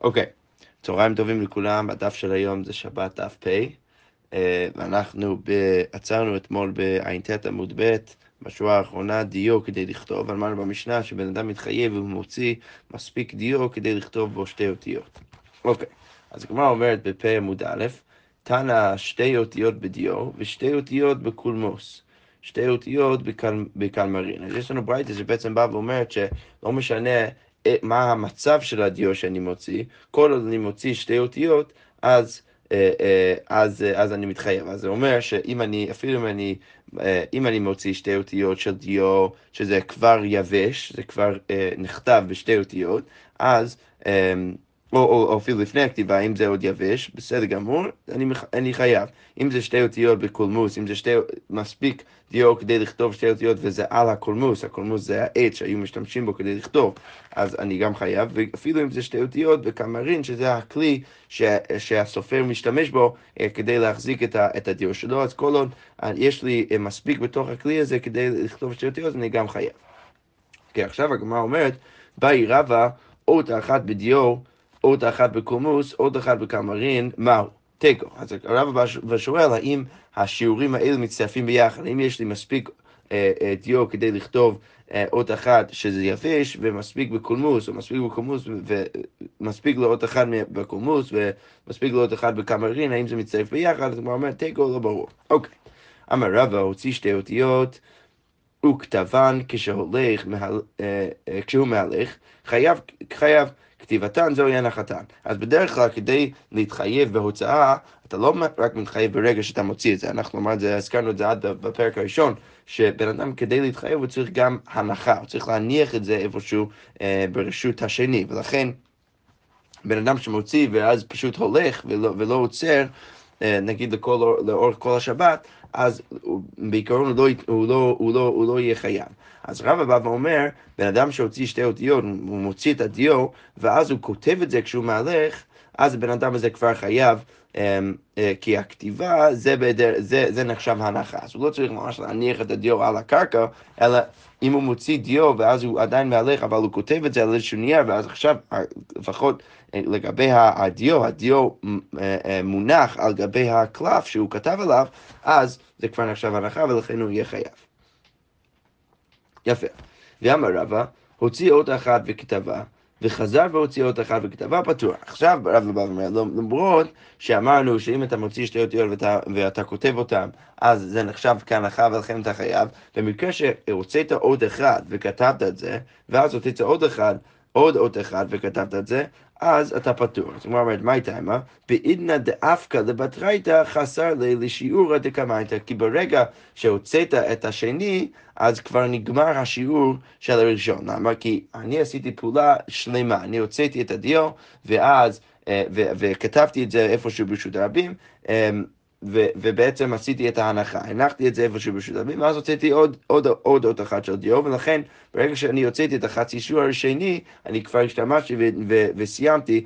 אוקיי, צהריים טובים לכולם, הדף של היום זה שבת דף פ', ואנחנו עצרנו אתמול בע"ט עמוד ב', בשורה האחרונה דיו כדי לכתוב, אמרנו במשנה שבן אדם מתחייב והוא מוציא מספיק דיו כדי לכתוב בו שתי אותיות. אוקיי, אז הגמרא אומרת בפ' עמוד א', תנא שתי אותיות בדיו ושתי אותיות בקולמוס. שתי אותיות בקלמרין. אז יש לנו ברייתא שבעצם בא ואומרת שלא משנה מה המצב של הדיו שאני מוציא, כל עוד אני מוציא שתי אותיות, אז אני מתחייב. אז זה אומר שאם אני, אפילו אם אני מוציא שתי אותיות של דיו, שזה כבר יבש, זה כבר נכתב בשתי אותיות, אז או אפילו לפני הכתיבה, אם זה עוד יבש, בסדר גמור, אני חייב. אם זה שתי אותיות בקולמוס, אם זה מספיק דיו כדי לכתוב שתי אותיות וזה על הקולמוס, הקולמוס זה העט שהיו משתמשים בו כדי לכתוב, אז אני גם חייב, ואפילו אם זה שתי אותיות בקמרין, שזה הכלי שהסופר משתמש בו כדי להחזיק את הדיו שלו, אז כל עוד יש לי מספיק בתוך הכלי הזה כדי לכתוב שתי אותיות, אני גם חייב. אוקיי, עכשיו הגמרא אומרת, באי רבא, אות אחת בדיו, אות אחת בקולמוס, אות אחת בקמרין, מהו? תיקו. אז הרב שואל, האם השיעורים האלה מצטרפים ביחד? האם יש לי מספיק דיו כדי לכתוב אות אחת שזה יבש, ומספיק בקולמוס, או מספיק בקולמוס, ומספיק לאות אחת בקולמוס, ומספיק לאות אחת בקמרין, האם זה מצטרף ביחד? אז הוא אומר, תיקו, לא ברור. אוקיי. אמר רבא, הוציא שתי אותיות, וכתבן כשהוא מהלך, חייב כתיבתן זוהי הנחתן. אז בדרך כלל כדי להתחייב בהוצאה, אתה לא רק מתחייב ברגע שאתה מוציא את זה. אנחנו אמרנו את זה, הזכרנו את זה עד בפרק הראשון, שבן אדם כדי להתחייב הוא צריך גם הנחה, הוא צריך להניח את זה איפשהו ברשות השני, ולכן בן אדם שמוציא ואז פשוט הולך ולא עוצר, נגיד לאורך כל השבת, אז בעיקרון הוא לא יהיה חייב. אז רבא בא ואומר, בן אדם שהוציא שתי אותיות, הוא מוציא את הדיו, ואז הוא כותב את זה כשהוא מהלך, אז הבן אדם הזה כבר חייב, כי הכתיבה זה נחשב הנחה. אז הוא לא צריך ממש להניח את הדיו על הקרקע, אלא אם הוא מוציא דיו ואז הוא עדיין מהלך, אבל הוא כותב את זה על איזשהו נייר, ואז עכשיו לפחות לגבי הדיו מונח על גבי הקלף שהוא כתב עליו, אז זה כבר נחשב הנחה ולכן הוא יהיה חייב. יפה. ואמר רבא, הוציא אות אחת וכתבה, וחזר והוציא אות אחת וכתבה פטור. עכשיו רבא בא ואומר, למרות שאמרנו שאם אתה מוציא שתי אותיות ואתה כותב אותם, אז זה נחשב כהנחה ולכן אתה חייב. במקרה שהוצאת אות אחד וכתבת את זה, ואז הוצאת עוד אות אחד וכתבת את זה, אז אתה פטור. אז הוא אומר, מה הייתה מה? בעידנא דאפקא לבטרייתא חסר לשיעורא דקמייתא, כי ברגע שהוצאת את השני, אז כבר נגמר השיעור של הראשון. למה? כי אני עשיתי פעולה שלמה, אני הוצאתי את הדיו, ואז, וכתבתי את זה איפשהו ברשות הרבים, ובעצם עשיתי את ההנחה, הנחתי את זה איפשהו ברשות הרבים, ואז הוצאתי עוד אחת של דיו, ולכן ברגע שאני הוצאתי את החצי שיעור השני, אני כבר השתמשתי וסיימתי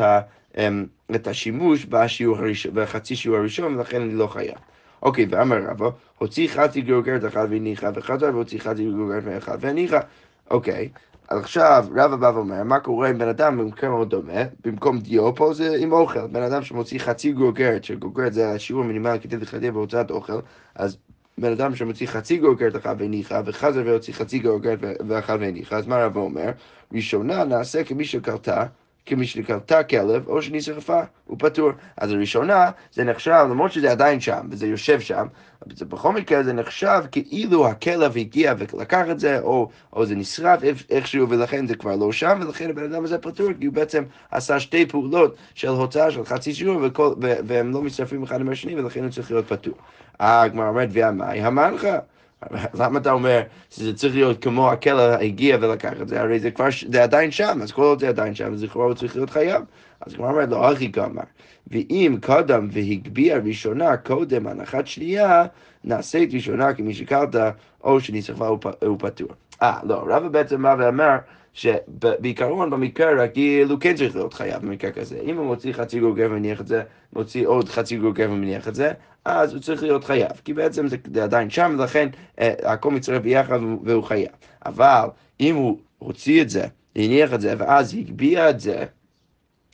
את השימוש בחצי שיעור הראשון, ולכן אני לא חייב. אוקיי, ואמר רבא, הוציא חצי גרוגרת אחת והניחה, וחזר והוציא חצי גרוגרת אחת והניחה. אוקיי, עכשיו רבא בא ואומר, מה קורה עם בן אדם במקרה מאוד דומה, במקום דיו פה זה עם אוכל, בן אדם שמוציא חצי גרוגרת, שגרוגרת זה השיעור המינימלי כדי לחייב בהוצאת אוכל, אז בן אדם שמוציא חצי גרוגרת אחת והניחה, וחזר והוציא חצי גרוגרת ואחת והניחה, אז מה רבא אומר? ראשונה נעשה כמי שקלטה כלב, או שנשרפה, הוא פטור. אז הראשונה, זה נחשב, למרות שזה עדיין שם, וזה יושב שם, אבל בכל מקרה זה נחשב כאילו הכלב הגיע ולקח את זה, או זה נשרף איכשהו, ולכן זה כבר לא שם, ולכן הבן אדם הזה פטור, כי הוא בעצם עשה שתי פעולות של הוצאה של חצי שיעור, והם לא מצטרפים אחד עם השני, ולכן הוא צריך להיות פטור. הגמרא אומרת, והמאי המנחה? למה אתה אומר שזה צריך להיות כמו הכלב הגיע ולקח את זה? הרי זה כבר, זה עדיין שם, אז כל עוד זה עדיין שם, אז לכאורה הוא צריך להיות חייב. אז כמו אומרת לו, אחי גמר, ואם קודם והגביע ראשונה קודם הנחת שנייה, נעשה את ראשונה כמי שקלטה, או שנשרפה הוא פטור. לא, רבא בעצם בא ואמר, שבעיקרון במקרה רגיל הוא כן צריך להיות חייב במקרה כזה. אם הוא מוציא חצי גרוגר ומניח את זה, מוציא עוד חצי גרוגר ומניח את זה, אז הוא צריך להיות חייב, כי בעצם זה עדיין שם, ולכן הכל מצטרף ביחד והוא חייב. אבל אם הוא הוציא את זה, הניח את זה, ואז הגביע את זה,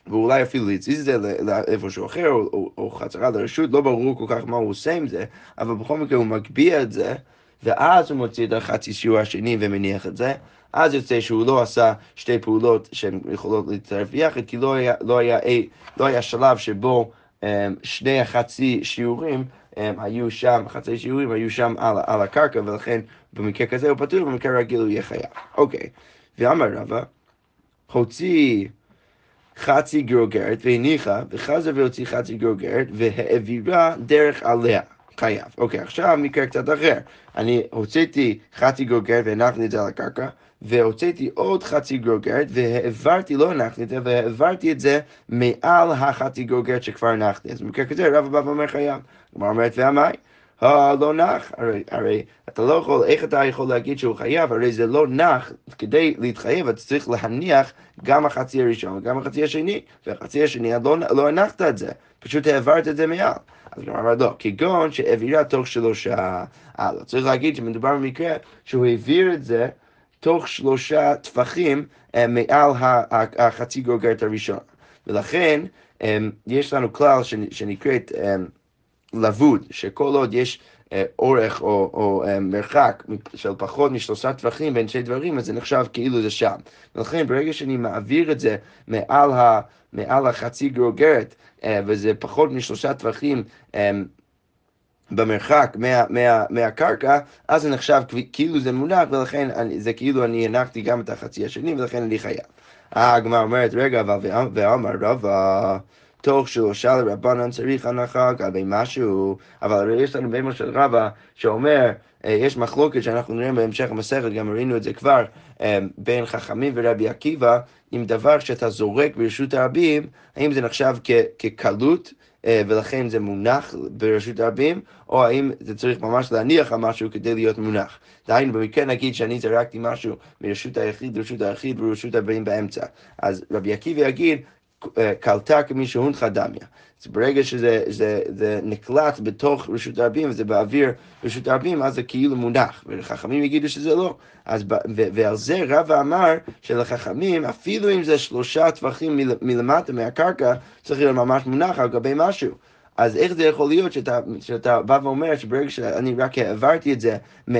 ואולי אפילו להזיז את זה לאיפשהו אחר, או חזרה לרשות, לא ברור כל כך מה הוא עושה עם זה, אבל בכל מקרה הוא מגביה את זה, ואז הוא מוציא את החצי שיעור השני ומניח את זה, אז יוצא שהוא לא עשה שתי פעולות שהן יכולות להתערב ביחד, כי לא היה שלב שבו שני החצי שיעורים היו שם, חצי שיעורים היו שם על הקרקע, ולכן במקרה כזה הוא פטור, במקרה רגיל הוא יהיה חייב. אוקיי, ואמר רבא, הוציא חצי גרוגרת והניחה, וחזר והוציא חצי גרוגרת והעבירה דרך עליה. חייב. אוקיי, עכשיו מקרה קצת אחר. אני הוצאתי חצי גרוגרת והנחתי את זה על הקרקע, והוצאתי עוד חצי גרוגרת והעברתי, לא הנחתי את זה, והעברתי את זה מעל החצי גרוגרת שכבר הנחתי. אז במקרה כזה, רב הבא אומר חייב. כלומר אומרת, והמאי? לא נח, הרי אתה לא יכול, איך אתה יכול להגיד שהוא חייב, הרי זה לא נח, כדי להתחייב, אתה צריך להניח גם החצי הראשון וגם החצי השני, והחצי השני לא הנחת את זה, פשוט העברת את זה מעל. אז הוא אמר לא, כגון שהעבירה תוך 3 לא, צריך להגיד שמדובר במקרה שהוא העביר את זה תוך 3 טפחים מעל החצי גרוגרת הראשון. ולכן יש לנו כלל שנקראת לבוד, שכל עוד יש אורך או מרחק של פחות מ3 טווחים בין שני דברים, אז זה נחשב כאילו זה שם. ולכן ברגע שאני מעביר את זה מעל החצי גרוגרת, וזה פחות מ3 טווחים במרחק מהקרקע, אז זה נחשב כאילו זה מונח, ולכן זה כאילו אני הנחתי גם את החצי השני, ולכן אני חייב. הגמרא אומרת, רגע, ואמר רבא, תוך 3 לרבנן צריך הנחה לגבי משהו, אבל יש לנו בימו של רבא שאומר, יש מחלוקת שאנחנו נראים בהמשך המסכת, גם ראינו את זה כבר, בין חכמים ורבי עקיבא, עם דבר שאתה זורק ברשות הרבים, האם זה נחשב כקלות, ולכן זה מונח ברשות הרבים, או האם זה צריך ממש להניח על משהו כדי להיות מונח. דהיינו, במקרה נגיד שאני זרקתי משהו מרשות היחיד לרשות היחיד ורשות הרבים באמצע. אז רבי עקיבא יגיד, קלטה כמי שהונחה דמיה. אז ברגע שזה נקלט בתוך רשות הרבים, וזה באוויר רשות הרבים, אז זה כאילו מונח, ולחכמים יגידו שזה לא. ועל זה רבא אמר שלחכמים, אפילו אם זה 3 טווחים מלמטה מהקרקע, צריך להיות ממש מונח על גבי משהו. אז איך זה יכול להיות שאתה בא ואומר שברגע שאני רק העברתי את זה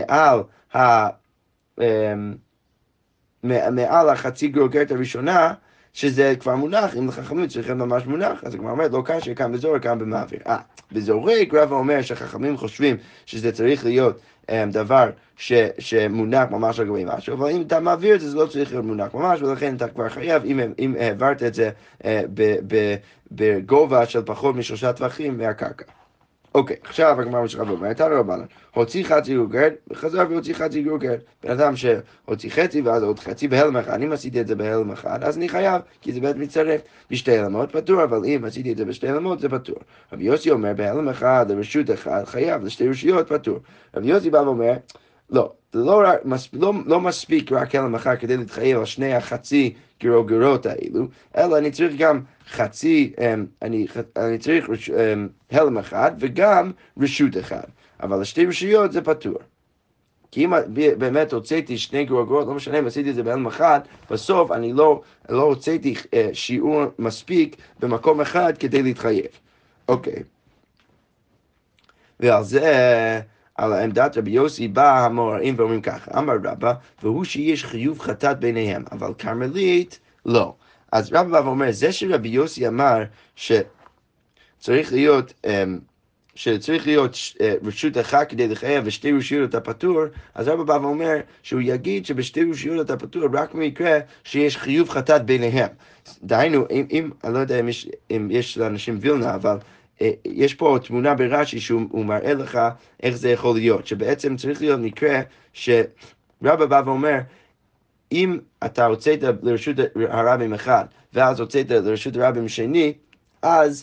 מעל החצי גרוגרת הראשונה, שזה כבר מונח, אם לחכמים צריכים ממש מונח, אז כבר אומרת, לא קשה, כאן בזורק, כאן במעביר. בזורק רבא אומר שחכמים חושבים שזה צריך להיות דבר שמונח ממש על גבי משהו, אבל אם אתה מעביר את זה, זה לא צריך להיות מונח ממש, ולכן אתה כבר חייב, אם העברת את זה בגובה של פחות מ3 טווחים מהקרקע. אוקיי, עכשיו הגמרא משחרר ואומרת, רבנן, הוציא חצי גרוגרת, וחזר והוציא חצי גרוגרת. בן אדם שהוציא חצי ואז עוד חצי בהלם אחד, אם עשיתי את זה בהלם אחד, אז אני חייב, כי זה בעצם מצטרף. בשתי הלמות פטור, אבל אם עשיתי את זה בשתי הלמות, זה פטור. רבי יוסי אומר, בהלם אחד, לרשות אחד, חייב, לשתי רשויות פטור. רבי יוסי בא ואומר, לא, זה לא מספיק רק הלם אחד כדי להתחייב על שני החצי גרוגרות האלו, אלא אני צריך גם חצי, אני צריך הלם אחד וגם רשות אחד, אבל לשתי רשויות זה פטור. כי אם באמת הוצאתי 2 גרוגרות, לא משנה אם עשיתי את זה בהלם אחד, בסוף אני לא הוצאתי שיעור מספיק במקום אחד כדי להתחייב. אוקיי. ועל זה, על העמדת רבי יוסי בא המוראים ואומרים ככה, אמר רבא, והוא שיש חיוב חטאת ביניהם, אבל כרמלית לא. אז רבא בא ואומר, זה שרבי יוסי אמר שצריך להיות רשות אחת כדי לחייב ושתי רשויות אתה פטור, אז רבא בא ואומר שהוא יגיד שבשתי רשויות אתה פטור רק במקרה שיש חיוב חטאת ביניהם. דהיינו, אני לא יודע אם יש לאנשים וילנה, אבל יש פה תמונה ברש"י שהוא מראה לך איך זה יכול להיות, שבעצם צריך להיות מקרה שרבא בא ואומר, אם אתה הוצאת לרשות הרבים אחד, ואז הוצאת לרשות הרבים שני, אז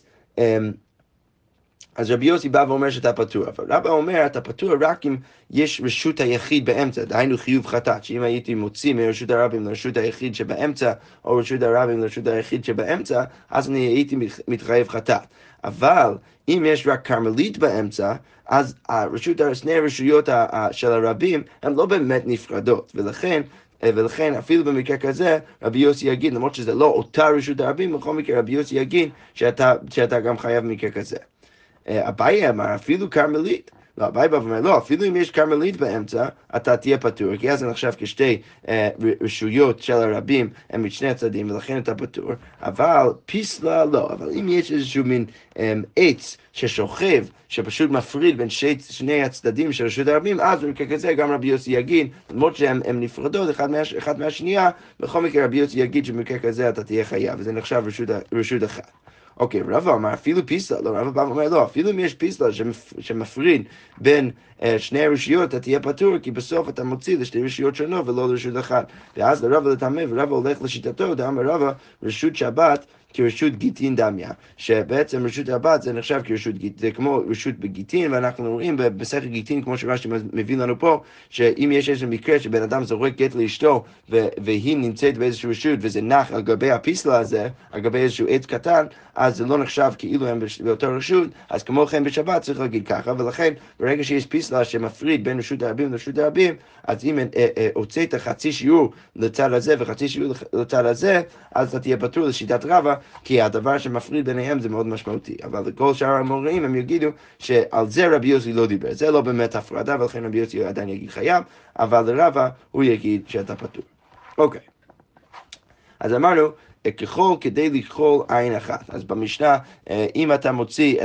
רבי יוסי בא ואומר שאתה פטור, אבל רבא אומר, אתה פטור רק אם יש רשות היחיד באמצע, דהיינו חיוב חטאת, שאם הייתי מוציא מרשות הרבים לרשות היחיד שבאמצע, או רשות הרבים לרשות היחיד שבאמצע, אז אני הייתי מתחייב חטאת. אבל אם יש רק כרמלית באמצע, אז שני הרשויות של הרבים הן לא באמת נפרדות, ולכן ולכן אפילו במקרה כזה, רבי יוסי יגיד, למרות שזה לא אותה רשות הרבים, בכל מקרה רבי יוסי יגיד שאתה גם חייב במקרה כזה. אביי אמר, אפילו כרמלית. לא, אביי בא ואומר, לא, אפילו אם יש כרמלית באמצע, אתה תהיה פטור, כי אז זה נחשב כשתי רשויות של הרבים, הם משני הצדדים, ולכן אתה פטור. אבל פיסלה לא, אבל אם יש איזשהו מין עץ ששוכב, שפשוט מפריד בין שני הצדדים של רשות הרבים, אז במקרה כזה גם רבי יוסי יגיד, למרות שהן נפרדות אחד מהשנייה, בכל מקרה רבי יוסי יגיד שבמקרה כזה אתה תהיה חייב, וזה נחשב רשות אחת. אוקיי, רבא אמר, אפילו פיסלה, לא, רבא אומר, לא, אפילו אם יש פיסלה שמפריד בין שני הרשויות, אתה תהיה פטור, כי בסוף אתה מוציא לשתי רשויות שונות ולא לרשות אחת. ואז לרבא לטמא, ורבא הולך לשיטתו, דאמר רבא, רשות שבת כרשות גיטין דמיה, שבעצם רשות הבת זה נחשב כרשות גיטין, זה כמו רשות בגיטין, ואנחנו רואים במסכת גיטין, כמו שרש"י מביא לנו פה, שאם יש איזה מקרה שבן אדם זורק גט לאשתו, והיא נמצאת באיזשהו רשות, וזה נח על גבי הפיסלה הזה, על גבי איזשהו עץ קטן, אז זה לא נחשב כאילו הם באותו רשות, אז כמו כן בשבת צריך להגיד ככה, ולכן ברגע שיש פיסלה שמפריד בין רשות הרבים לרשות הרבים, אז אם הוצאת חצי שיעור לצד הזה וחצי שיעור לצד הזה, אז אתה תהיה פטור לשיטת רבא, כי הדבר שמפריד ביניהם זה מאוד משמעותי. אבל לכל שאר המוראים הם יגידו שעל זה רבי יוסי לא דיבר. זה לא באמת הפרדה, ולכן רבי יוסי עדיין יגיד חייב, אבל לרבא הוא יגיד שאתה פטור. אוקיי. אז אמרנו, ככל כדי לכחול עין אחת. אז במשנה, אם אתה מוציא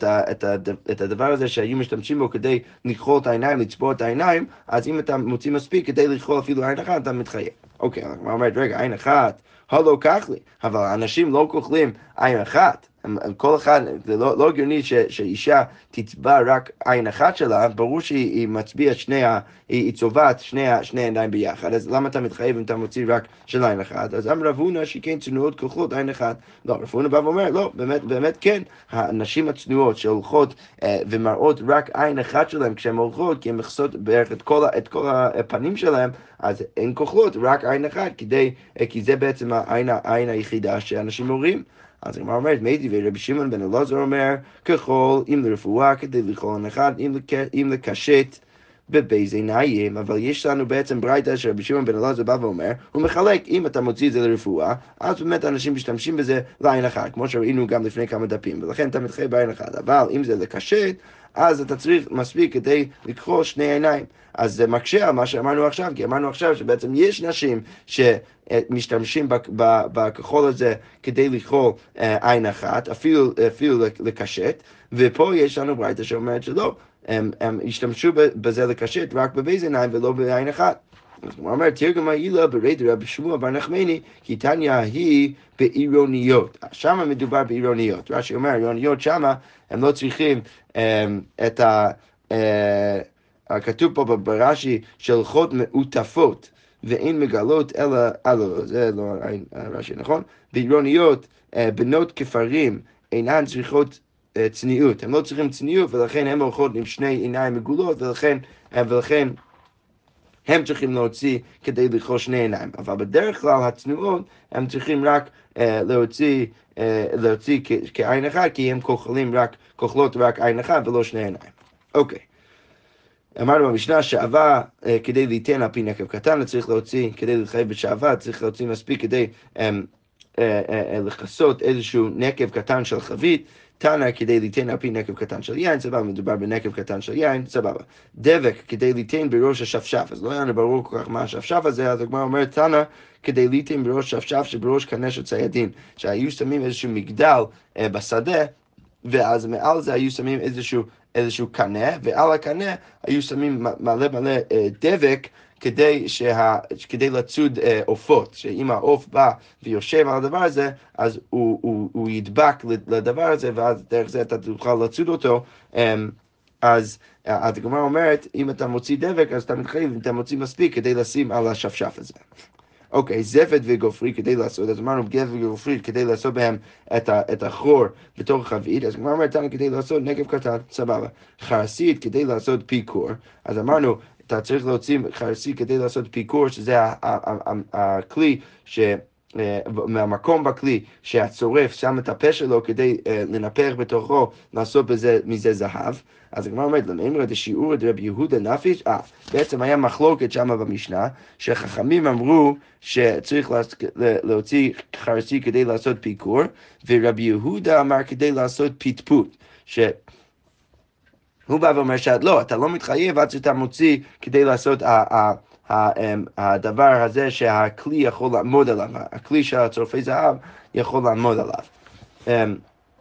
את הדבר הזה שהיו משתמשים בו כדי לכחול את העיניים, לצבוע את העיניים, אז אם אתה מוציא מספיק כדי לכחול אפילו עין אחת, אתה מתחייב. אוקיי, אני אומרת, רגע, עין אחת, הלא כך לי, אבל אנשים לא כוחלים עין אחת. כל אחד, זה לא הגיוני שאישה תצבע רק עין אחת שלה, ברור שהיא מצביעה היא צובעת שני עיניים ביחד, אז למה אתה מתחייב אם אתה מוציא רק של עין אחת? אז אמר רב הונא שכן צנועות כוחלות עין אחת. לא, רב הונא בא ואומר, לא, באמת כן, הנשים הצנועות שהולכות ומראות רק עין אחת שלהם כשהן הולכות, כי הן מכסות בערך את כל הפנים שלהם, אז הן כוחלות רק עין אחת, כי זה בעצם העין היחידה שאנשים אומרים. אז הגמרא אומרת, מיידי ורבי שמעון בן אלעזר אומר, ככל אם לרפואה כדי לכחול עין אחת, אם לקשט בבייז עיניים. אבל יש לנו בעצם ברייתא שרבי שמעון בן אלעזר בא ואומר, הוא מחלק, אם אתה מוציא את זה לרפואה, אז באמת אנשים משתמשים בזה לעין אחת, כמו שראינו גם לפני כמה דפים, ולכן אתה מתחייב בעין אחת. אבל אם זה לקשט, אז אתה צריך מספיק כדי לכחול שני עיניים. אז זה מקשה על מה שאמרנו עכשיו, כי אמרנו עכשיו שבעצם יש נשים שמשתמשים בכחול הזה כדי לכחול עין אחת, אפילו לקשט, ופה יש לנו ברייתא שאומרת שלא, הם השתמשו בזה לקשט רק בבייז עיניים ולא בעין אחת. אז הוא אומר, תרגום העילה ברד רבי שמוע בר נחמני, כי תניא היא בעירוניות. שם מדובר בעירוניות. רש"י אומר, עירוניות שמה, הם לא צריכים את כתוב פה ברש"י של חוד מעוטפות, ואין מגלות אלא, זה לא רש"י, נכון? בעירוניות, בנות כפרים אינן צריכות צניעות. הם לא צריכים צניעות, ולכן הם הולכות עם שני עיניים מגולות, ולכן הם צריכים להוציא כדי לכחול שני עיניים. אבל בדרך כלל הצנועות הם צריכים רק להוציא כעין אחת, כי הם כוחלות רק עין אחת ולא שני עיניים. אוקיי. אמרנו במשנה שעבה כדי ליתן על פי נקב קטן, צריך להוציא, כדי להתחייב בשעבה, צריך להוציא מספיק כדי לכסות איזשהו נקב קטן של חבית, תנא כדי ליתן על פי נקב קטן של יין, סבבה, מדובר בנקב קטן של יין, סבבה. דבק כדי ליתן בראש השפשף, אז לא היה ברור כל כך מה השפשף הזה, אז הגמרא אומרת תנא כדי ליתן בראש שפשף שבראש קנה של ציידין, שהיו שמים איזשהו מגדל בשדה, ואז מעל זה היו שמים איזשהו קנה, ועל הקנה היו שמים מלא דבק, כדי לצוד עופות, שאם העוף בא ויושב על הדבר הזה, אז הוא ידבק לדבר הזה, ואז דרך זה אתה תוכל לצוד אותו. אז הגמרא אומרת, אם אתה מוציא דבק, אז אתה מתחייב, אם אתה מוציא מספיק כדי לשים על השפשף הזה. אוקיי, זפת וגופרי כדי לעשות, אז אמרנו גפת וגופרי כדי לעשות בהם את החור בתוך החבית, אז הגמרא אומרת כדי לעשות נקב קטן, סבבה. חרסית כדי לעשות פיקור, אז אמרנו, אתה צריך להוציא חרסית כדי לעשות פיקור, שזה הכלי מהמקום בכלי שהצורף שם את הפה שלו כדי לנפח בתוכו, לעשות מזה זהב. אז הגמרא אומרת, למאמר דשיעורא דרבי יהודה נפיש, בעצם היה מחלוקת שם במשנה, שחכמים אמרו שצריך להוציא חרסי כדי לעשות פיקור, ורבי יהודה אמר כדי לעשות פטפוט, הוא בא ואומר שלא, אתה לא מתחייב עד שאתה מוציא כדי לעשות הדבר הזה שהכלי יכול לעמוד עליו, הכלי של הצורפי זהב יכול לעמוד עליו.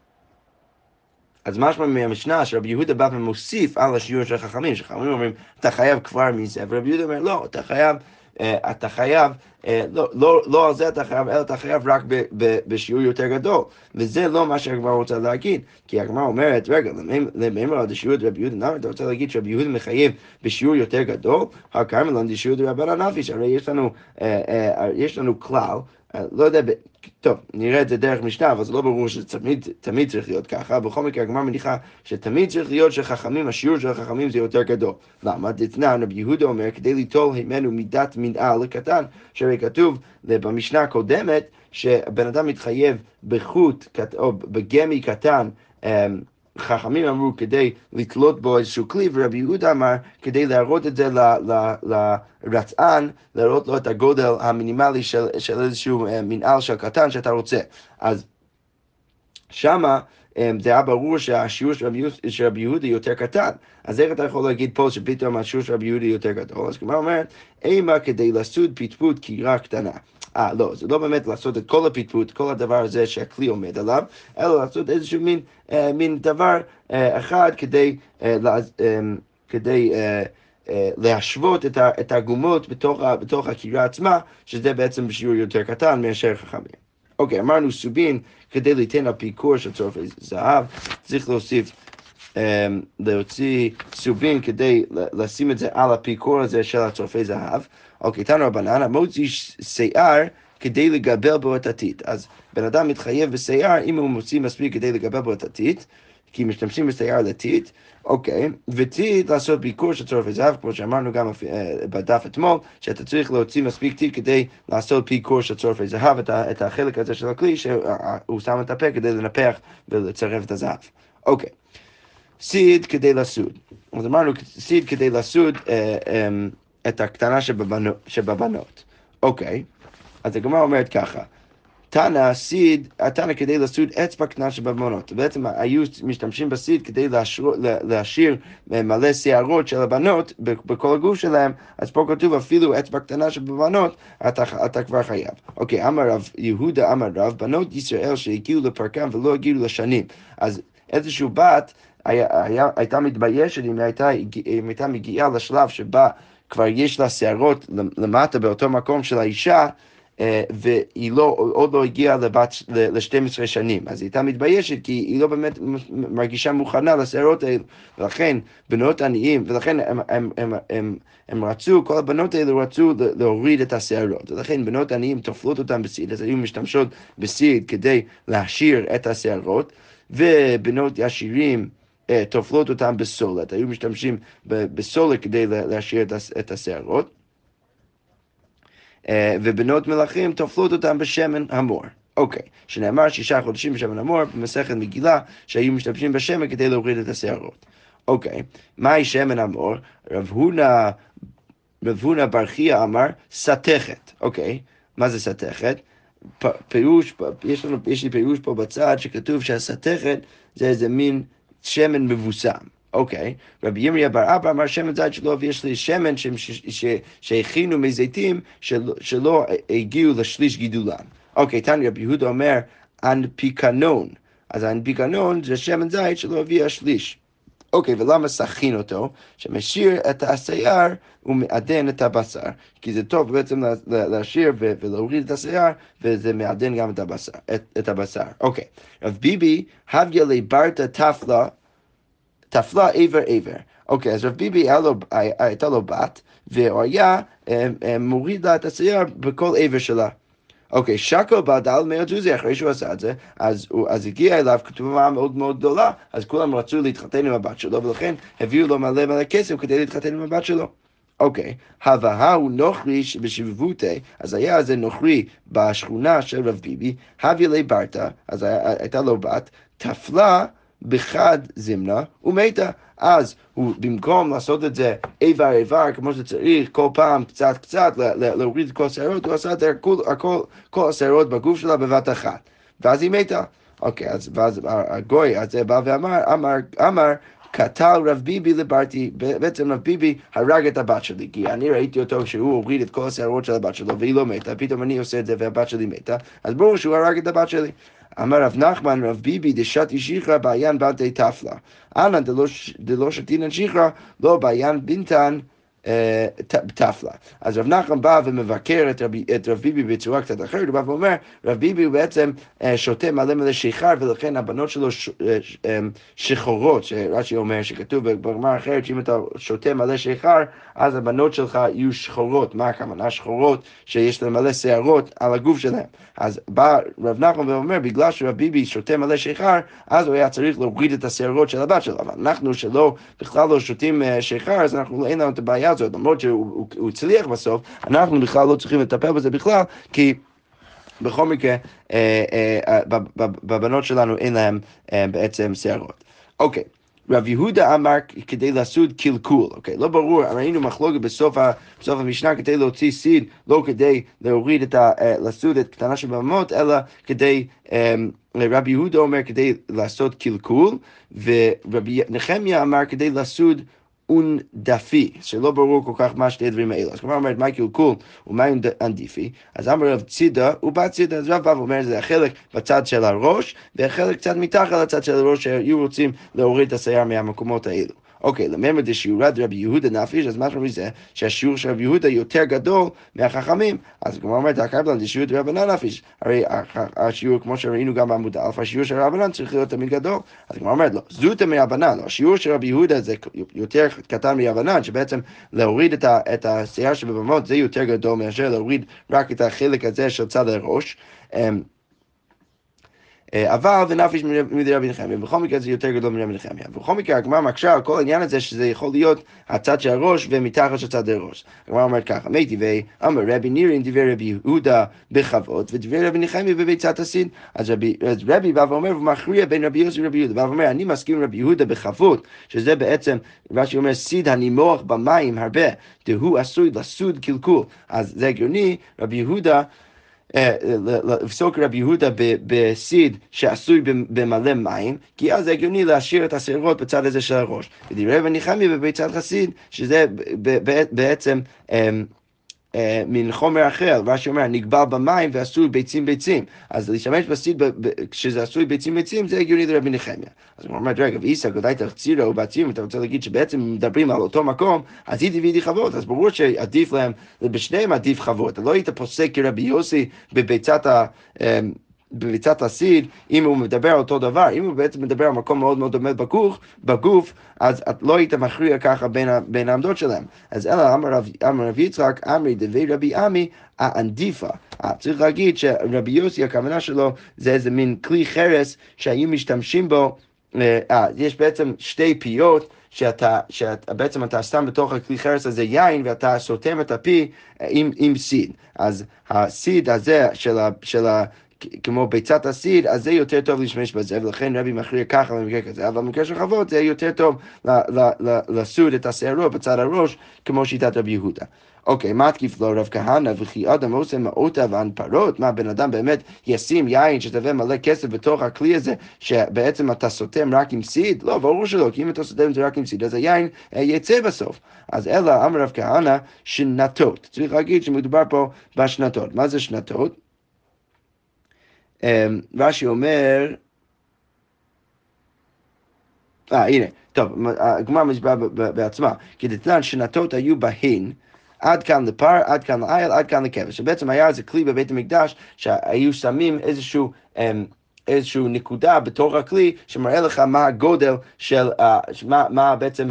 אז משמע מהמשנה שרבי יהודה בא ומוסיף על השיעור של חכמים, שחכמים אומרים, אתה חייב כבר מזה, ורבי יהודה אומר, לא, אתה חייב, לא על זה אתה חייב, אלא אתה חייב רק בשיעור יותר גדול. וזה לא מה שהגמרא רוצה להגיד, כי הגמרא אומרת, רגע, למאמר על השיעור רבי יהודה נפיש, אתה רוצה להגיד שרבי יהודה מחייב בשיעור יותר גדול? הכרמלן דשיעור רבנן נפיש, הרי יש לנו כלל, לא יודע, טוב, נראה את זה דרך משנה, אבל זה לא ברור שתמיד צריך להיות ככה. בכל מקרה, הגמרא מניחה שתמיד צריך להיות שחכמים, השיעור של החכמים זה יותר גדול. למה? דתנן, רבי יהודה אומר, כדי ליטול הימנו מידת מנהל לקטן, שהרי כתוב במשנה הקודמת, שבן אדם מתחייב בחוט או בגמי קטן, חכמים אמרו כדי לתלות בו איזשהו כלי, ורבי יהודה אמר כדי להראות את זה לרצען, להראות לו את הגודל המינימלי של איזשהו מנהל של קטן שאתה רוצה. אז שמה זה היה ברור שהשיעור של רבי יהודה יותר קטן. אז איך אתה יכול להגיד פה שפתאום השיעור של רבי יהודה יותר גדול? אז כמו אומרת, אימה כדי לסוד פטפוט קירה קטנה. לא, זה לא באמת לעשות את כל הפטפוט, כל הדבר הזה שהכלי עומד עליו, אלא לעשות איזשהו מין דבר אחד כדי להשוות את הגומות בתוך הקירה עצמה, שזה בעצם בשיעור יותר קטן מאשר חכמים. אוקיי, אמרנו סובין כדי ליתן הפיקור של צורפי זהב, צריך להוציא סובין כדי לשים את זה על הפיקור הזה של הצורפי זהב. אוקיי, תנו רבנן, המוציא שיער כדי לגבל בו את הטיט. אז בן אדם מתחייב בשיער אם הוא מוציא מספיק כדי לגבל בו את הטיט, כי משתמשים בשיער לטיט, אוקיי, וטיט לעשות ביקור של צורפי זהב, כמו שאמרנו גם בדף אתמול, שאתה צריך להוציא מספיק טיט כדי לעשות ביקור של צורפי זהב, את החלק הזה של הכלי שהוא שם את הפה כדי לנפח ולצרף את הזהב. אוקיי, סיד כדי לסוד. אז אמרנו סיד כדי לסוד את הקטנה שבבנות. אוקיי, אז הגמרא אומרת ככה, תנא כדי לסוד אצבע קטנה שבבנות. בעצם היו משתמשים בסיד כדי להשאיר מלא שערות של הבנות בכל הגוף שלהם, אז פה כתוב אפילו אצבע קטנה שבבנות, אתה כבר חייב. אוקיי, אמר רב יהודה אמר רב, בנות ישראל שהגיעו לפרקם ולא הגיעו לשנים. אז איזשהו בת הייתה מתביישת אם הייתה מגיעה לשלב שבה כבר יש לה שערות למטה באותו מקום של האישה, והיא עוד לא הגיעה ל-12 שנים. אז היא הייתה מתביישת כי היא לא באמת מרגישה מוכנה לשערות האלה. ולכן בנות עניים, ולכן הם רצו, כל הבנות האלה רצו להוריד את השערות. ולכן בנות עניים תופלות אותן בסיד, אז היו משתמשות בסיד כדי להשאיר את השערות, ובנות עשירים תופלות אותם בסולת. היו משתמשים בסולת כדי להשאיר את השערות. ובנות מלכים תופלות אותם בשמן המור. אוקיי, שנאמר 6 חודשים בשמן המור, במסכת מגילה, שהיו משתמשים בשמן כדי להוריד את השערות. אוקיי, מהי שמן המור? רב הונא בר חייא אמר, סתכת. אוקיי, מה זה סתכת? יש לי פירוש פה בצד שכתוב שהסתכת זה איזה מין שמן מבוסם. אוקיי, רבי ירמיה בר אבא אמר שמן זית שלו, ויש לי שמן שהכינו מזיתים שלא הגיעו לשליש גידולן. אוקיי, תניא רבי יהודה אומר אנפיקנון, אז האנפיקנון זה שמן זית שלא הביא השליש. אוקיי, ולמה סכין אותו? שמשאיר את השיער ומעדן את הבשר, כי זה טוב בעצם להשאיר ולהוריד את השיער, וזה מעדן גם את הבשר. אוקיי, רב ביבי הביא לברתא תפלה עבר. אוקיי, אז רב ביבי הייתה לו בת, והוא היה מוריד לה את השיער בכל עבר שלה. אוקיי, שקל בעדל 100 זוזי, אחרי שהוא עשה את זה, אז הגיעה אליו כתובה מאוד מאוד גדולה, אז כולם רצו להתחתן עם הבת שלו, ולכן הביאו לו מלא כסף כדי להתחתן עם הבת שלו. אוקיי, הווה הוא נוכרי בשבבותי, אז היה זה נוכרי בשכונה של רב ביבי, הביא לי ברתא, אז הייתה לו בת, תפלה בחד זמנה ומתה. אז הוא במקום לעשות את זה איבר כמו שצריך, כל פעם קצת להוריד את כל השערות, הוא עשה את כל השערות בגוף שלה בבת אחת, ואז היא מתה. אוקיי, אז הגוי הזה בא ואמר, קטל רב ביבי לברתי, בעצם רב ביבי הרג את הבת שלי, כי אני ראיתי אותו שהוא הוריד את כל השערות של הבת שלו והיא לא מתה, פתאום אני עושה את זה והבת שלי מתה, אז ברור שהוא הרג את הבת שלי. אמר רב נחמן, רב ביבי דשתי שיחרא בעיין בנתי תפלה. אנא דלא שתינן שיחרא, לא בעיין בנתן תפלה. אז רב נחמן בא ומבקר את רב ביבי בצורה קצת אחרת, הוא בא ואומר, רב ביבי הוא בעצם שותה מלא שיכר, ולכן הבנות שלו שחורות, שרש"י אומר שכתוב בגמרא אחרת, שאם אתה שותה מלא שיכר, אז הבנות שלך יהיו שחורות. מה הכוונה? שחורות שיש להם מלא שערות על הגוף שלהם. אז בא רב נחמן ואומר, בגלל שרב ביבי שותה מלא שיכר, אז הוא היה צריך להוריד את השערות של הבת שלו. אבל אנחנו בכלל לא שותים שיכר, אז אנחנו אין לנו את הבעיה הזאת. למרות שהוא הצליח בסוף, אנחנו בכלל לא צריכים לטפל בזה בכלל, כי בכל מקרה, בבנות שלנו אין להם בעצם שערות. אוקיי. רב יהודה אמר כדי לעשות קלקול, אוקיי, לא ברור, ראינו מחלוקת בסוף המשנה כדי להוציא סיד, לא כדי להוריד לעשות את קטנה של במות, אלא כדי, רב יהודה אומר כדי לעשות קלקול, ורבי נחמיה אמר כדי לעשות אונדפי, שלא ברור כל כך מה שתי הדברים האלה. אז כלומר אומרת, מה קלקול ומה אונדפי? אז אמר רב צידה, ובת צידה, אז רב בא ואומר, זה החלק בצד של הראש, והחלק קצת מתחת לצד של הראש, שהיו רוצים להוריד את השיער מהמקומות האלו. אוקיי, לממר דשיעורת רבי יהודה נפיש, אז מה שאומרים זה שהשיעור של רבי יהודה יותר גדול מהחכמים, אז כמו אומרת, הקבלן דשיעורת רבנן נפיש, הרי השיעור, כמו שראינו גם בעמוד א', השיעור של רבנן צריך להיות תמיד גדול, אז כמו אומרת, לא, זוטה מרבנן, השיעור של רבי יהודה זה יותר קטן מרבנן, שבעצם להוריד את השיער שבבמות זה יותר גדול מאשר להוריד רק את החלק הזה של צד הראש, אבל ונפיש מדי רבי נחמיה, בכל מקרה זה יותר גדול מרבי נחמיה. בכל מקרה, הגמרא מקשה על כל העניין הזה שזה יכול להיות הצד של הראש ומתחת של צד הראש. הגמרא אומרת ככה, מי טבעי, אמר רבי נירין דברי רבי יהודה בכבוד, ודברי רבי נחמיה בביצת הסין. אז רבי בא ואומר, ומכריע בין רבי יוסי ורבי יהודה, בא ואומר, אני מסכים עם רבי יהודה בכבוד, שזה בעצם, רש"י אומר, סיד הנימוח במים הרבה, דהוא עשוי לסוד קלקול. אז זה הגיוני, רבי יהודה, לפסוק רבי יהודה בסיד שעשוי במלא מים, כי אז זה הגיוני להשאיר את השערות בצד הזה של הראש. ודברי רבי נחמיה בביצת חסיד, שזה בעצם מן חומר אחר, רש"י אומר, נגבל במים ועשוי ביצים. אז להשתמש בסיד כשזה עשוי ביצים, זה הגיוני לרבי נחמיה. אז הוא אומר, רגע, ואיסא גדאי תחצירה ובעצים, אתה רוצה להגיד שבעצם מדברים על אותו מקום, אז איתי ואיתי חוות, אז ברור שעדיף להם, בשניהם עדיף חוות. אתה לא היית פוסק כרבי יוסי בביצת הסיד, אם הוא מדבר על אותו דבר, אם הוא בעצם מדבר על מקום מאוד מאוד דומה בגוף, אז את לא היית מכריע ככה בין העמדות שלהם. אז אלא אמר רב יצחק, אמרי דבי רבי עמי, האנדיפה. צריך להגיד שרבי יוסי, הכוונה שלו, זה איזה מין כלי חרס שהיו משתמשים בו, יש בעצם שתי פיות, שבעצם אתה שם בתוך הכלי חרס הזה יין, ואתה סותם את הפי עם סיד. אז הסיד הזה כמו ביצת הסיד, אז זה יותר טוב להשתמש בזה, ולכן רבי מכריע ככה במקרה כזה, אבל במקרה של חוות זה יותר טוב לסוד את השערות בצד הראש, כמו שיטת רבי יהודה. אוקיי, מה תקיף לו רב כהנא וכי אדם עושה מאותה וען פרות? מה בן אדם באמת ישים יין שתווה מלא כסף בתוך הכלי הזה, שבעצם אתה סותם רק עם סיד? לא, ברור שלא, כי אם אתה סותם את זה רק עם סיד, אז היין יצא בסוף. אז אלא אמר רב כהנא שנתות. צריך להגיד שמדובר פה בשנתות. מה זה שנתות? רש"י אומר, הנה, טוב, הגמרא מסבירה בעצמה, כי דתנן שנתות היו בהן, עד כאן לפר, עד כאן לעיל, עד כאן לכבש. שבעצם היה איזה כלי בבית המקדש, שהיו שמים איזשהו נקודה בתור הכלי, שמראה לך מה הגודל של, מה בעצם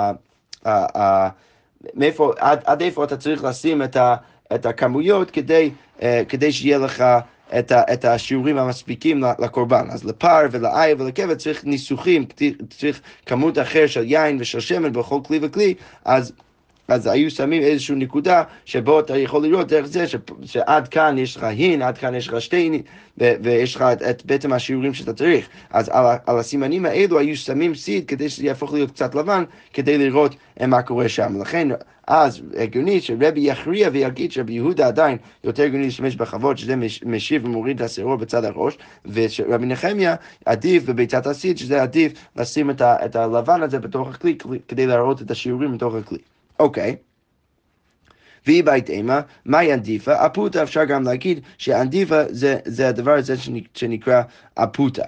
מאיפה, עד איפה אתה צריך לשים את הכמויות, כדי שיהיה לך את השיעורים המספיקים לקורבן. אז לפר ולעיל ולכבש צריך ניסוחים, צריך כמות אחר של יין ושל שמן בכל כלי וכלי, אז אז היו שמים איזושהי נקודה שבו אתה יכול לראות דרך זה שעד כאן יש לך הין, עד כאן יש לך שתי הין, ויש לך את בעצם השיעורים שאתה צריך. אז על הסימנים האלו היו שמים סיד כדי שזה יהפוך להיות קצת לבן, כדי לראות מה קורה שם. לכן אז הגיוני שרבי יכריע ויגיד שרבי יהודה עדיין יותר הגיוני להשתמש בחוות, שזה משיב ומוריד את השערור בצד הראש, ורבי נחמיה עדיף בביצת הסיד, שזה עדיף לשים את הלבן הזה בתוך הכלי, כדי להראות את השיעורים בתוך הכלי. אוקיי. והיא בית אימה, מהי אנדיפה? אפוטה, אפשר גם להגיד שאנדיפה זה הדבר הזה שנקרא אפוטה.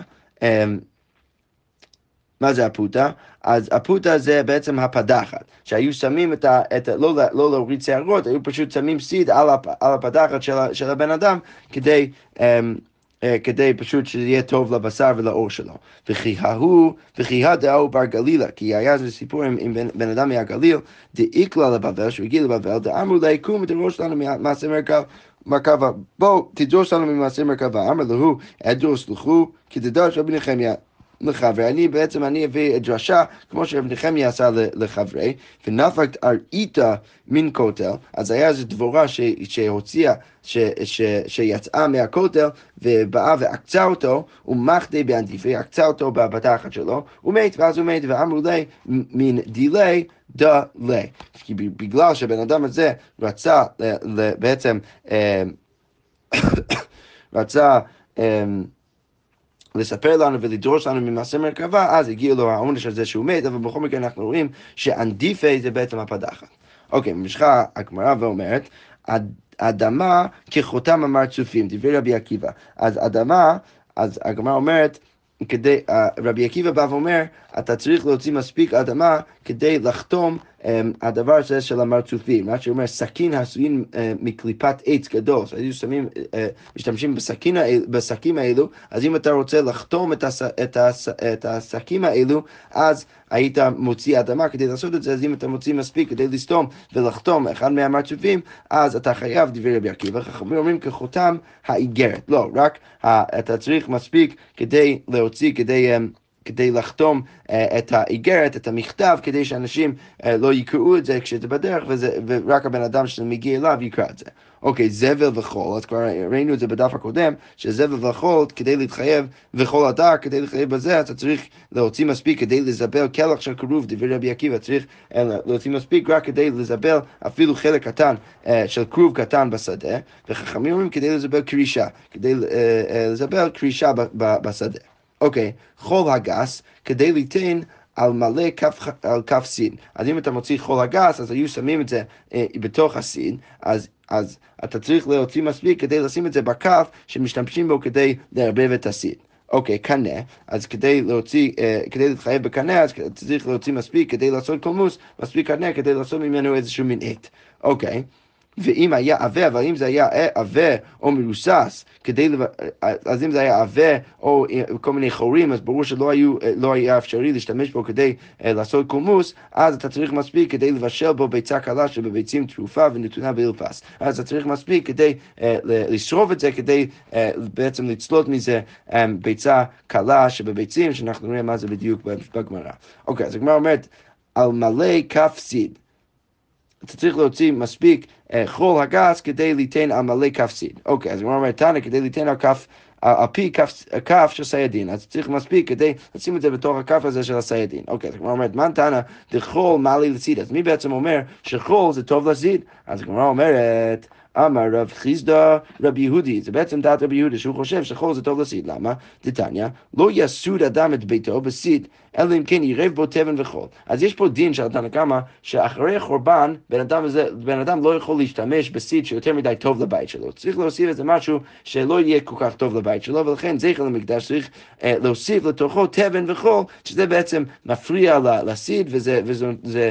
מה זה אפוטה? אז אפוטה זה בעצם הפדחת, שהיו שמים לא להוריד שערות, היו פשוט שמים סיד על הפדחת של הבן אדם, כדי פשוט שיהיה טוב לבשר ולאור שלו. וכי הדאו בר גלילה, כי היה זה סיפור עם בן אדם מהגליל, דאיקלה לבבל, שהוא הגיע לבבל, דאמרו לה, קום ותדרוש לנו ממעשה מרכבה, בואו תדרוש לנו ממעשה מרכבה, אמר לו, אדרוש לכו, כי תדרוש רבי נחמיה לחברי, אני אביא דרשה, כמו שרבי נחמיה עשה לחברי, ונפקת אראיתה מן כותל, אז היה איזו דבורה שהוציאה, שיצאה מהכותל, ובאה ועקצה אותו, ומחדי באנדיפה, עקצה אותו בפתחת שלו, ומת, ואז הוא מת, ואמרו לי, מן דילי, לי. כי בגלל שבן אדם הזה רצה בעצם, רצה לספר לנו ולדרוש לנו ממעשה מרכבה, אז הגיע לו העונש הזה שהוא מת, אבל בכל מקרה אנחנו רואים שאנדיפה זה בעצם הפדחת. אוקיי, ממשיכה הגמרא ואומרת, אדמה כחותם המרצופים, דברי רבי עקיבא. אז אדמה, אז הגמרא אומרת, רבי עקיבא בא ואומר, אתה צריך להוציא מספיק אדמה כדי לחתום הדבר הזה של המרצופים. מה שאומר, סכין עשויים מקליפת עץ גדול. אז היו משתמשים בסכים האלו, אז אם אתה רוצה לחתום את הסכים האלו, אז היית מוציא אדמה כדי לעשות את זה, אז אם אתה מוציא מספיק כדי לסתום ולחתום אחד מהמרצופים, אז אתה חייב, דברי רבי עקיבא. חכמים אומרים כחותם האיגרת. לא, רק אתה צריך מספיק כדי להוציא, כדי לחתום את האיגרת, את המכתב, כדי שאנשים לא יקראו את זה כשזה בדרך, ורק הבן אדם שמגיע אליו יקרא את זה. אוקיי, זבל וחול, אז כבר ראינו את זה בדף הקודם, שזבל וחול, כדי להתחייב, וחול הדר, כדי להתחייב בזה, אתה צריך להוציא מספיק כדי לזבל כלח של כרוב, דברי רבי עקיבא, צריך להוציא מספיק רק כדי לזבל אפילו חלק קטן של כרוב קטן בשדה, וחכמים אומרים כדי לזבל קרישה, כדי לזבל קרישה בשדה. אוקיי, חול הגס, כדי ליתן על מלא על כף סין. אז אם אתה מוציא חול הגס, אז היו שמים את זה בתוך הסין, אז אתה צריך להוציא מספיק כדי לשים את זה בכף שמשתמשים בו כדי לערבב את הסין. אוקיי, קנה, אז כדי להתחייב בקנה, אז צריך להוציא מספיק כדי לעשות קולמוס, מספיק קנה כדי לעשות ממנו איזשהו מין עט. אוקיי. ואם היה עבה, אבל אם זה היה עבה או מרוסס, אז אם זה היה עבה או כל מיני חורים, אז ברור לא היה אפשרי להשתמש בו כדי לעשות קולמוס, אז אתה צריך מספיק כדי לבשל בו ביצה קלה שבביצים תרופה ונתונה באלפס. אז אתה צריך מספיק כדי לשרוף את זה, כדי בעצם לצלות מזה ביצה קלה שבביצים, שאנחנו נראה מה זה בדיוק בגמרא. אוקיי, אז הגמרא אומרת, על מלא כף סיד. אתה צריך להוציא מספיק חול הגס כדי ליתן על מלא כף סיד. אוקיי, אז הוא אומר, תנא, כדי ליתן על פי כף של סיידין, אז צריך מספיק כדי לשים את זה בתוך הכף הזה של הסיידין. אוקיי, אז הוא אומר, מה תנא, דחול מעלי לסיד. אז מי בעצם אומר שחול זה טוב לסיד? אז הוא אומרת, אמר רב חיסדא רב יהודי, זה בעצם דעת רב יהודי, שהוא חושב שחול זה טוב לסיד. למה? דתניא, לא יסוד אדם את ביתו בסיד, אלא אם כן ירב בו תבן וחול. אז יש פה דין של תנא קמא, שאחרי החורבן, בן אדם לא יכול להשתמש בסיד שיותר מדי טוב לבית שלו. צריך להוסיף איזה משהו שלא יהיה כל כך טוב לבית שלו, ולכן זכר למקדש צריך להוסיף לתוכו תבן וחול, שזה בעצם מפריע לסיד, וזה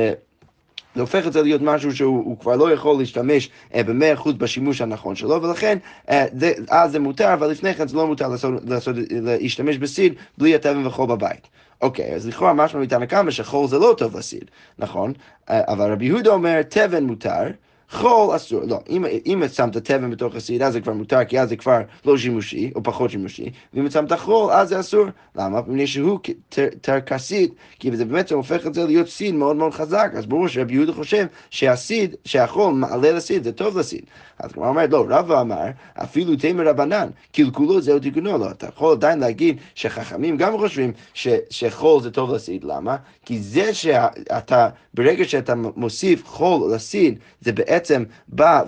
זה הופך את זה להיות משהו שהוא כבר לא יכול להשתמש ב100% בשימוש הנכון שלו, ולכן אז זה מותר, אבל לפני כן זה לא מותר להשתמש בסיד בלי התבן וחול בבית. אוקיי, אז לכאורה משמע מתנא קמא שחול זה לא טוב לסיד, נכון? אבל רבי יהודה אומר תבן מותר, חול אסור. לא, אם שמת תבן בתוך הסיד, אז זה כבר מותר, כי אז זה כבר לא שימושי, או פחות שימושי, ואם שמת חול, אז זה אסור. למה? מפני שהוא תרקסית, כי זה באמת הופך את זה להיות סיד מאוד מאוד חזק, אז ברור שרבי יהודה חושב שהחול מעלה לסיד, זה טוב לסיד. אז כמו אומרת, לא, רבא אמר, אפילו תמר רבנן, קלקולו זהו תיקונו לו. אתה יכול עדיין להגיד שחכמים גם חושבים שחול זה טוב לסיד. למה? כי זה שאתה, ברגע שאתה מוסיף חול לסיד, זה בעצם בא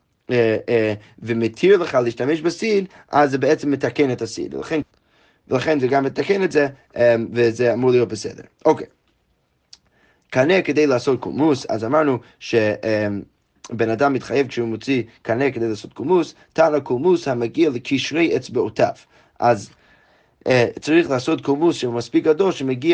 ומתיר לך להשתמש בסיד, אז זה בעצם מתקן את הסיד. ולכן זה גם מתקן את זה, וזה אמור להיות בסדר. אוקיי. קנה כדי לעשות קולמוס, אז אמרנו בן אדם מתחייב כשהוא מוציא קנה כדי לעשות קולמוס, תנא קולמוס המגיע לקשרי אצבעותיו. אז צריך לעשות קולמוס שהוא מספיק גדול,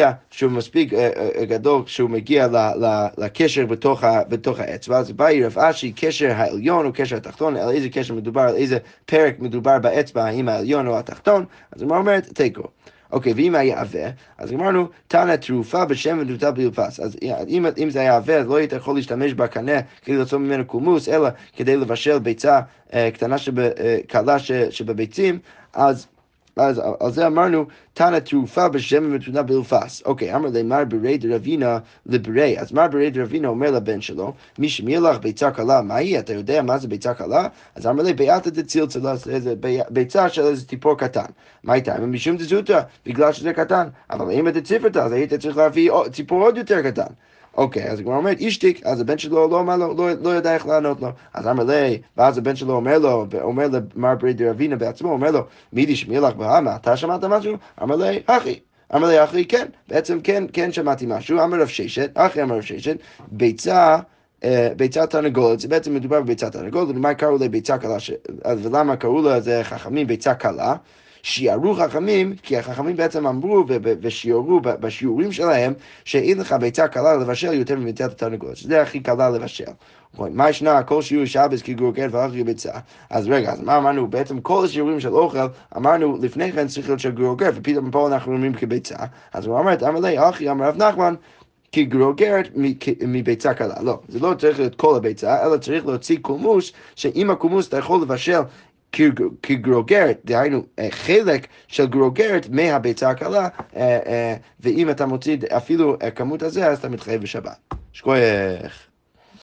שהוא מגיע לקשר בתוך האצבע. אז באי רב אשי, קשר העליון או קשר התחתון, על איזה קשר מדובר, על איזה פרק מדובר באצבע, האם העליון או התחתון, אז הוא אומרת, תיקו. אוקיי, ואם היה עבה, אז אמרנו, תנא תרופה בשמן ותרופה בילפס. אז אם זה היה עבה, אז לא היית יכול להשתמש בקנה כדי לעשות ממנו קולמוס, אלא כדי לבשל ביצה קלה שבביצים, אז על זה אמרנו, תנא תרופה בשמן ותרופה בילפס. אוקיי, אמר לי, מר ברי דרבינה לברי. אז מר ברי דרבינה אומר לבן שלו, מי שמיר לך ביצה קלה, מה היא? אתה יודע מה זה ביצה קלה? אז אמר לי, ביאתא דצילצלה, זה ביצה של איזה ציפור קטן. מה הייתה? משום דזוטה, בגלל שזה קטן. אבל אם אתה ציפרת, אז היית צריך להביא ציפור עוד יותר קטן. אוקיי, אז הוא אומר, אישתיק, אז הבן שלו לא ידע איך לענות לו. אז אמר לי, ואז הבן שלו אומר למר ברי דרבינה בעצמו, אומר לו, מידי שמיר לך בהמה, אתה שמעת משהו? אמר לי, אחי, כן, בעצם כן שמעתי משהו. אמר רב ששת, אחי אמר רב ששת, ביצת תרנגולת, זה בעצם מדובר בביצת תרנגולת, ומה קראו לה ביצה קלה, ולמה קראו לה זה חכמים ביצה קלה? שיערו חכמים, כי החכמים בעצם אמרו ושיערו בשיעורים שלהם, שאין לך ביצה קלה לבשל יותר מביצת התרנגולת, שזה הכי קלה לבשל. מה ישנה? כל שיעור שבס כגרוגר ואחרי ביצה. אז רגע, אז מה אמרנו? בעצם כל השיעורים של אוכל, אמרנו לפני כן צריך להיות של גרוגר, ופתאום פה אנחנו אומרים כביצה. אז הוא אמרת, אמר לי, אחי, אמר רב נחמן, כגרוגרת מביצה קלה. לא, זה לא צריך להיות כל הביצה, אלא צריך להוציא קולמוס, שאם הקולמוס אתה יכול לבשל כגרוגרת, דהיינו חלק של גרוגרת מהביצה הקלה, ואם אתה מוציא אפילו כמות הזה, אז אתה מתחייב בשבת. שכוח.